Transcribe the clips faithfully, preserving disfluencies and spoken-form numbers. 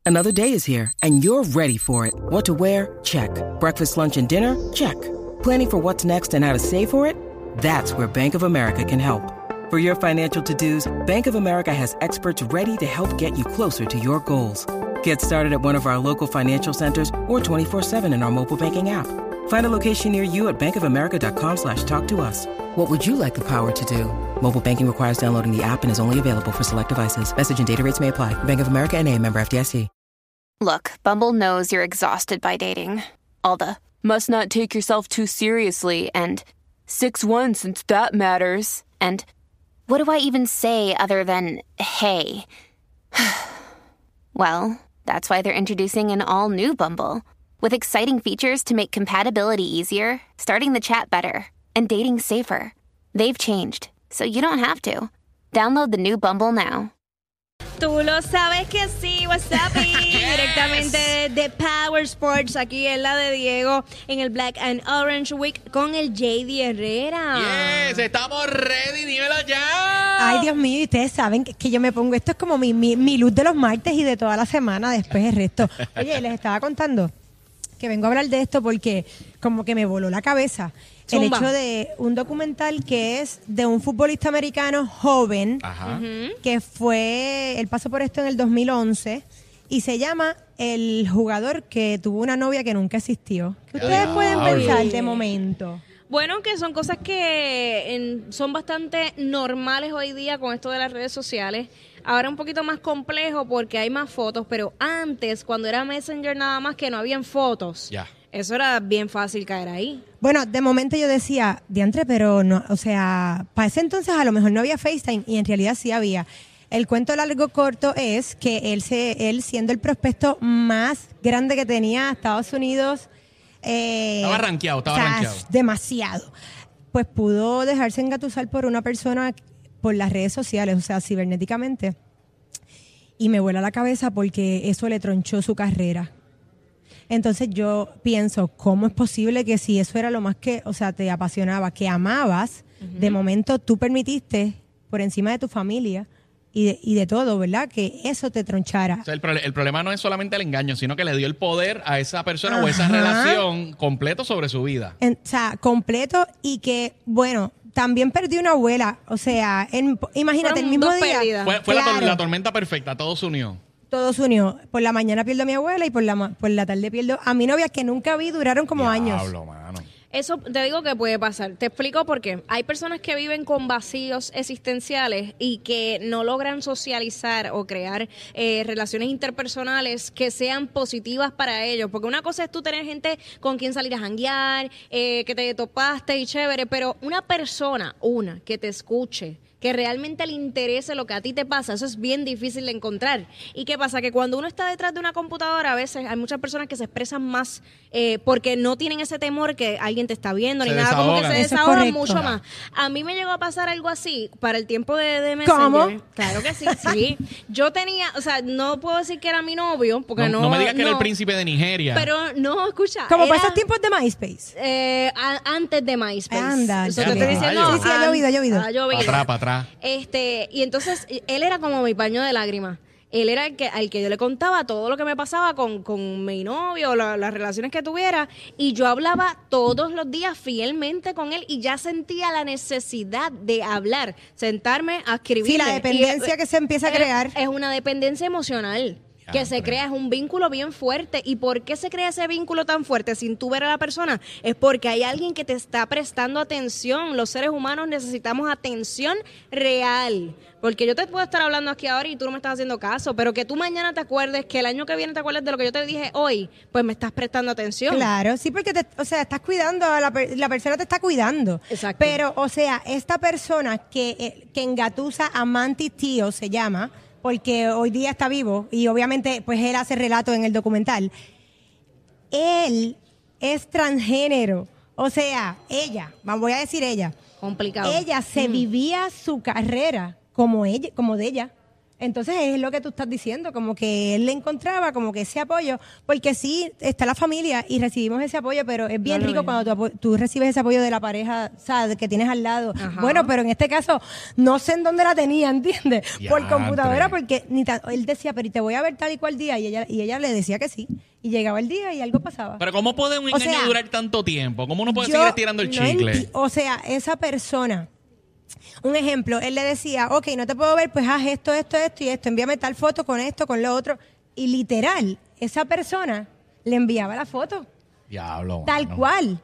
Another day is here, and you're ready for it. What to wear? Check. Breakfast, lunch, and dinner? Check. Planning for what's next and how to save for it? That's where Bank of America can help. For your financial to-dos, Bank of America has experts ready to help get you closer to your goals. Get started at one of our local financial centers or twenty-four seven in our mobile banking app. Find a location near you at bankofamerica.com slash talk to us. What would you like the power to do? Mobile banking requires downloading the app and is only available for select devices. Message and data rates may apply. Bank of America N A, member F D I C. Look, Bumble knows you're exhausted by dating. All the must not take yourself too seriously and six one since that matters. And what do I even say other than hey? Well, that's why they're introducing an all-new Bumble with exciting features to make compatibility easier, starting the chat better, and dating safer. They've changed, so you don't have to. Download the new Bumble now. Tú lo sabes que sí, WhatsApp, yes. Directamente de Power Sports, aquí en la de Diego, en el Black and Orange Week con el J D Herrera. Yes, estamos ready, dímelo ya. Ay, Dios mío, y ustedes saben que, que yo me pongo, esto es como mi, mi, mi luz de los martes y de toda la semana, después el resto. Oye, les estaba contando que vengo a hablar de esto porque como que me voló la cabeza. El Zumba. hecho de un documental que es de un futbolista americano joven, Ajá. que fue, él pasó por esto en el dos mil once y se llama El jugador que tuvo una novia que nunca existió. ¿Qué ustedes Diablo. pueden pensar de momento? Bueno, que son cosas que en, son bastante normales hoy día con esto de las redes sociales. Ahora un poquito más complejo porque hay más fotos, pero antes, cuando era Messenger nada más que no habían fotos, Ya. eso era bien fácil caer ahí. Bueno, de momento yo decía, diantre, pero no, o sea, para ese entonces a lo mejor no había FaceTime y en realidad sí había. El cuento largo corto es que él, se, él siendo el prospecto más grande que tenía Estados Unidos... Eh, Estaba rankeado, estaba o sea, rankeado. demasiado. Pues pudo dejarse engatusar por una persona por las redes sociales, o sea, cibernéticamente. Y me vuela la cabeza porque eso le tronchó su carrera. Entonces yo pienso, ¿cómo es posible que si eso era lo más que, o sea, te apasionaba, que amabas, uh-huh. de momento tú permitiste, por encima de tu familia y de, y de todo, ¿verdad? Que eso te tronchara. O sea, el, pro- el problema no es solamente el engaño, sino que le dio el poder a esa persona o esa Ajá. relación completo sobre su vida. En- o sea, completo y que, bueno, también perdí una abuela. O sea, en- imagínate, Fueron el mismo dos día. pérdidas. Fue, fue la, tor- Claro. la tormenta perfecta, todo se unió. Todo se unió. Por la mañana pierdo a mi abuela y por la, ma- por la tarde pierdo a mi novia que nunca vi, duraron como años. Diablo, mano. Eso te digo que puede pasar. Te explico por qué. Hay personas que viven con vacíos existenciales y que no logran socializar o crear eh, relaciones interpersonales que sean positivas para ellos. Porque una cosa es tú tener gente con quien salir a janguear, eh, que te topaste y chévere, pero una persona, una, que te escuche, que realmente le interese lo que a ti te pasa, eso es bien difícil de encontrar. ¿Y qué pasa? Que cuando uno está detrás de una computadora, a veces hay muchas personas que se expresan más eh, porque no tienen ese temor que alguien te está viendo ni Se nada, como que desahogan. se Eso es desahogan correcto. mucho más. A mí me llegó a pasar algo así para el tiempo de, de Messenger. ¿Cómo? Claro que sí, sí. Yo tenía, o sea, no puedo decir que era mi novio, porque No, no... no me digas que era el no. príncipe de Nigeria. Pero no, escucha. Como era, para esos tiempos de MySpace. eh, a- antes de MySpace. Anda, Eso ya, te estoy ya. diciendo. Sí, sí, ha llovido, ha llovido. Ha llovido. Para atrás, para atrás. Este, y entonces él era como mi paño de lágrimas. Él era el que, al que yo le contaba todo lo que me pasaba con, con mi novio, la- las relaciones que tuviera, y yo hablaba todos los días fielmente con él y ya sentía la necesidad de hablar, sentarme a escribir. Sí, la dependencia que se empieza a crear. Es una dependencia emocional. Ya, Que se hombre. crea, es un vínculo bien fuerte. ¿Y por qué se crea ese vínculo tan fuerte sin tú ver a la persona? Es porque hay alguien que te está prestando atención. Los seres humanos necesitamos atención real. Porque yo te puedo estar hablando aquí ahora y tú no me estás haciendo caso, pero que tú mañana te acuerdes, que el año que viene te acuerdes de lo que yo te dije hoy, pues me estás prestando atención. Claro, sí, porque te, o sea, estás cuidando, a la, per- la persona te está cuidando. Exacto. Pero, o sea, esta persona que, eh, que engatusa a Manti Tío, se llama, porque hoy día está vivo y obviamente pues él hace relato en el documental. Él es transgénero, o sea, ella, voy a decir ella, Complicado. ella se vivía su carrera como ella, como de ella. Entonces es lo que tú estás diciendo, como que él le encontraba como que ese apoyo, porque sí, está la familia y recibimos ese apoyo, pero es bien No lo rico es. cuando tú, apo- tú recibes ese apoyo de la pareja, o sea, de que tienes al lado. Ajá. Bueno, pero en este caso, no sé en dónde la tenía, ¿entiendes? Por Diantre. computadora, porque ni tan- él decía, pero te voy a ver tal y cual día, y ella, y ella le decía que sí, y llegaba el día y algo pasaba. Pero ¿cómo puede un O engaño sea, durar tanto tiempo? ¿Cómo uno puede Yo seguir estirando el no chicle? enti- o sea, esa persona, un ejemplo, él le decía, ok, no te puedo ver, pues haz esto, esto, esto y esto, envíame tal foto con esto, con lo otro. Y literal, esa persona le enviaba la foto, Diablo. tal mano. cual.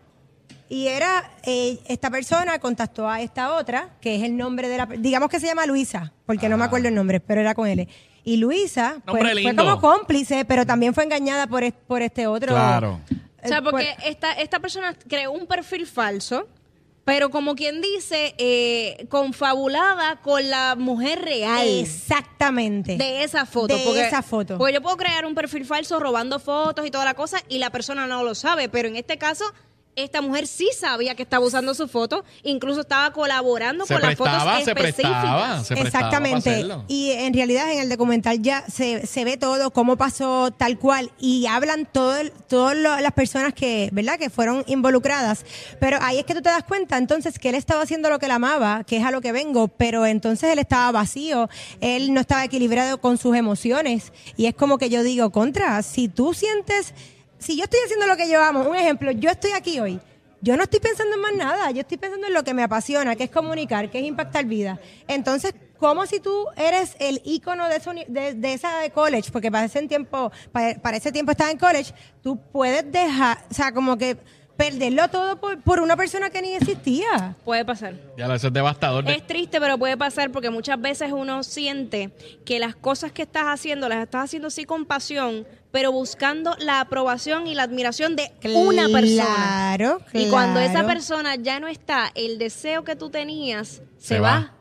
Y era, eh, esta persona contactó a esta otra, que es el nombre de la, digamos que se llama Luisa, porque no me Ah. acuerdo el nombre, pero era con él. Y Luisa pues, Nombre fue lindo. como cómplice, pero también fue engañada por, es- por este otro. Claro. O sea, eh, porque por- esta, esta persona creó un perfil falso, pero como quien dice, eh, confabulada con la mujer real. Exactamente. De esa foto. De porque, esa foto. Porque yo puedo crear un perfil falso robando fotos y toda la cosa y la persona no lo sabe, pero en este caso, esta mujer sí sabía que estaba usando su foto, incluso estaba colaborando Se con las prestaba, fotos se específicas. prestaba. Se prestaba Exactamente. para hacerlo. Y en realidad en el documental ya se, se ve todo, cómo pasó tal cual, y hablan todo el- todas lo- las personas que, ¿verdad?, que fueron involucradas. Pero ahí es que tú te das cuenta entonces que él estaba haciendo lo que él amaba, que es a lo que vengo, pero entonces él estaba vacío, él no estaba equilibrado con sus emociones. Y es como que yo digo, contra, si tú sientes, si yo estoy haciendo lo que yo amo, un ejemplo, yo estoy aquí hoy. Yo no estoy pensando en más nada, yo estoy pensando en lo que me apasiona, que es comunicar, que es impactar vidas. Entonces, ¿cómo si tú eres el ícono de, esa uni- de, de esa de college? Porque para ese tiempo, para, para ese tiempo estás en college, tú puedes dejar, o sea, como que perderlo todo por, por una persona que ni existía. Puede pasar. Ya lo eso es devastador. De- Es triste, pero puede pasar porque muchas veces uno siente que las cosas que estás haciendo, las estás haciendo sí con pasión, pero buscando la aprobación y la admiración de una persona. Claro, claro. Y cuando esa persona ya no está, el deseo que tú tenías se, Se va. va.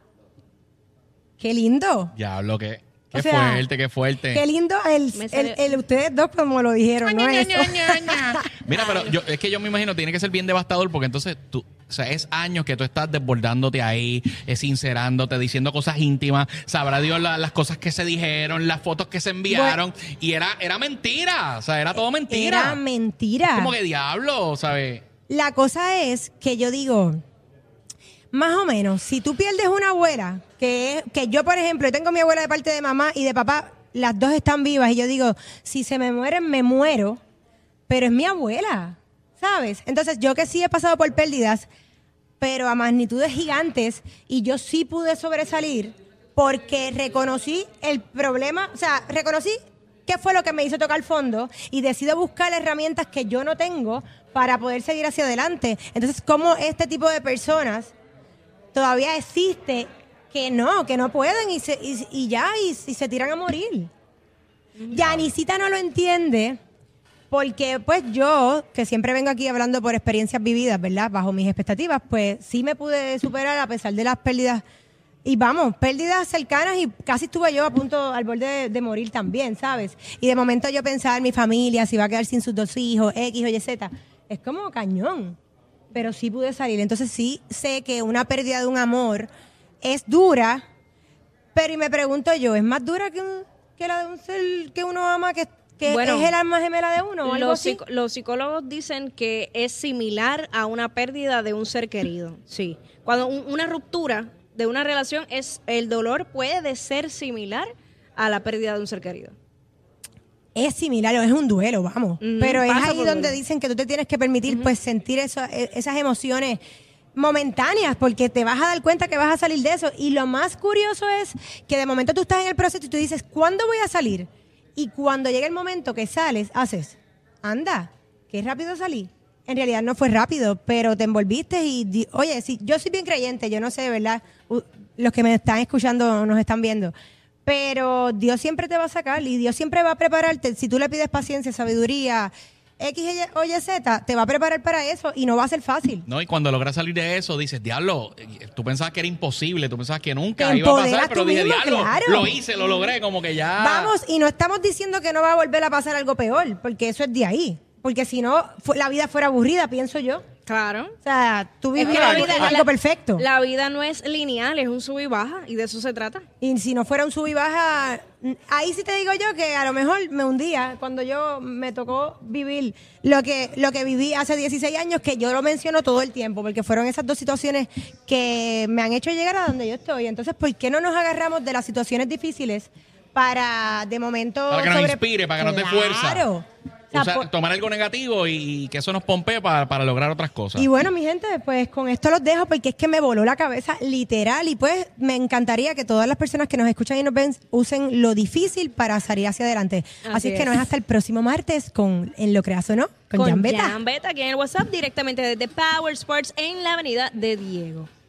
Qué lindo. Diablo, qué, qué O sea, fuerte, qué fuerte. Qué lindo el, Me el, salió- el- ustedes dos como lo dijeron, ¿no? Ña, Eso. Ña, Ña, Ña. Mira, pero yo, es que yo me imagino, tiene que ser bien devastador porque entonces tú, o sea, es años que tú estás desbordándote ahí, eh, sincerándote, diciendo cosas íntimas, sabrá Dios la- las cosas que se dijeron, las fotos que se enviaron, y era, era mentira, o sea, era todo mentira. Era mentira. Como que diablo, ¿sabes? La cosa es que yo digo, más o menos, si tú pierdes una abuela, que, es- que yo, por ejemplo, yo tengo mi abuela de parte de mamá y de papá, las dos están vivas, y yo digo, si se me mueren, me muero, pero es mi abuela, ¿sabes? Entonces, yo que sí he pasado por pérdidas, pero a magnitudes gigantes, y yo sí pude sobresalir porque reconocí el problema, o sea, reconocí qué fue lo que me hizo tocar fondo y decido buscar herramientas que yo no tengo para poder seguir hacia adelante. Entonces, ¿cómo este tipo de personas todavía existe que no, que no pueden y, se, y, y ya, y, y se tiran a morir? Yanisita no lo entiende porque pues yo, que siempre vengo aquí hablando por experiencias vividas, ¿verdad? Bajo mis expectativas, pues sí me pude superar a pesar de las pérdidas. Y vamos, pérdidas cercanas y casi estuve yo a punto, al borde de, de morir también, ¿sabes? Y de momento yo pensaba en mi familia, si va a quedar sin sus dos hijos, X o Y, Z. Es como cañón. Pero sí pude salir. Entonces sí sé que una pérdida de un amor es dura, pero y me pregunto yo, ¿es más dura que, un- que la de un ser que uno ama, que, que Bueno, es el alma gemela de uno o algo Los, así? psico- los psicólogos dicen que es similar a una pérdida de un ser querido. Sí. Cuando un- una ruptura de una relación es el dolor puede ser similar a la pérdida de un ser querido. Es similar, es un duelo, vamos. Ujú, Pero es pasa ahí por donde duelo. dicen que tú te tienes que permitir pues sentir eso- e- esas emociones momentáneas, porque te vas a dar cuenta que vas a salir de eso. Y lo más curioso es que de momento tú estás en el proceso y tú dices, ¿cuándo voy a salir? Y cuando llega el momento que sales, haces, anda, qué rápido salí. En realidad no fue rápido, pero te envolviste y, di- oye, si, yo soy bien creyente, yo no sé, ¿verdad? U- los que me están escuchando nos están viendo. Pero Dios siempre te va a sacar y Dios siempre va a prepararte. Si tú le pides paciencia, sabiduría, X o Y, Z, te va a preparar para eso y no va a ser fácil. No, y cuando logras salir de eso, dices, diablo, eh, tú pensabas que era imposible, tú pensabas que nunca Te iba a pasar, empoderas pero tú dije, mismo, diablo, claro. lo hice, lo logré, como que ya... Vamos, y no estamos diciendo que no va a volver a pasar algo peor, porque eso es de ahí. Porque si no, fu- la vida fuera aburrida, pienso yo. Claro. O sea, tú Es vives que la algo, vida- algo la- perfecto. La vida no es lineal, es un sub y baja, y de eso se trata. Y si no fuera un sub y baja, ahí sí te digo yo que a lo mejor me hundía cuando yo me tocó vivir lo que lo que viví hace dieciséis años, que yo lo menciono todo el tiempo, porque fueron esas dos situaciones que me han hecho llegar a donde yo estoy. Entonces, ¿por qué no nos agarramos de las situaciones difíciles para, de momento... Para que nos sobre- inspire, para que nos dé Claro. fuerza. O sea, Usar- por- tomar algo negativo y que eso nos pompee para, para lograr otras cosas. Y bueno, mi gente, pues con esto los dejo porque es que me voló la cabeza literal y pues me encantaría que todas las personas que nos escuchan y nos ven usen lo difícil para salir hacia adelante. Así, Así es que es. nos es hasta el próximo martes con En lo creas o no, con, Jan Beta. Jan Beta, aquí en el WhatsApp, directamente desde Power Sports en la avenida de Diego.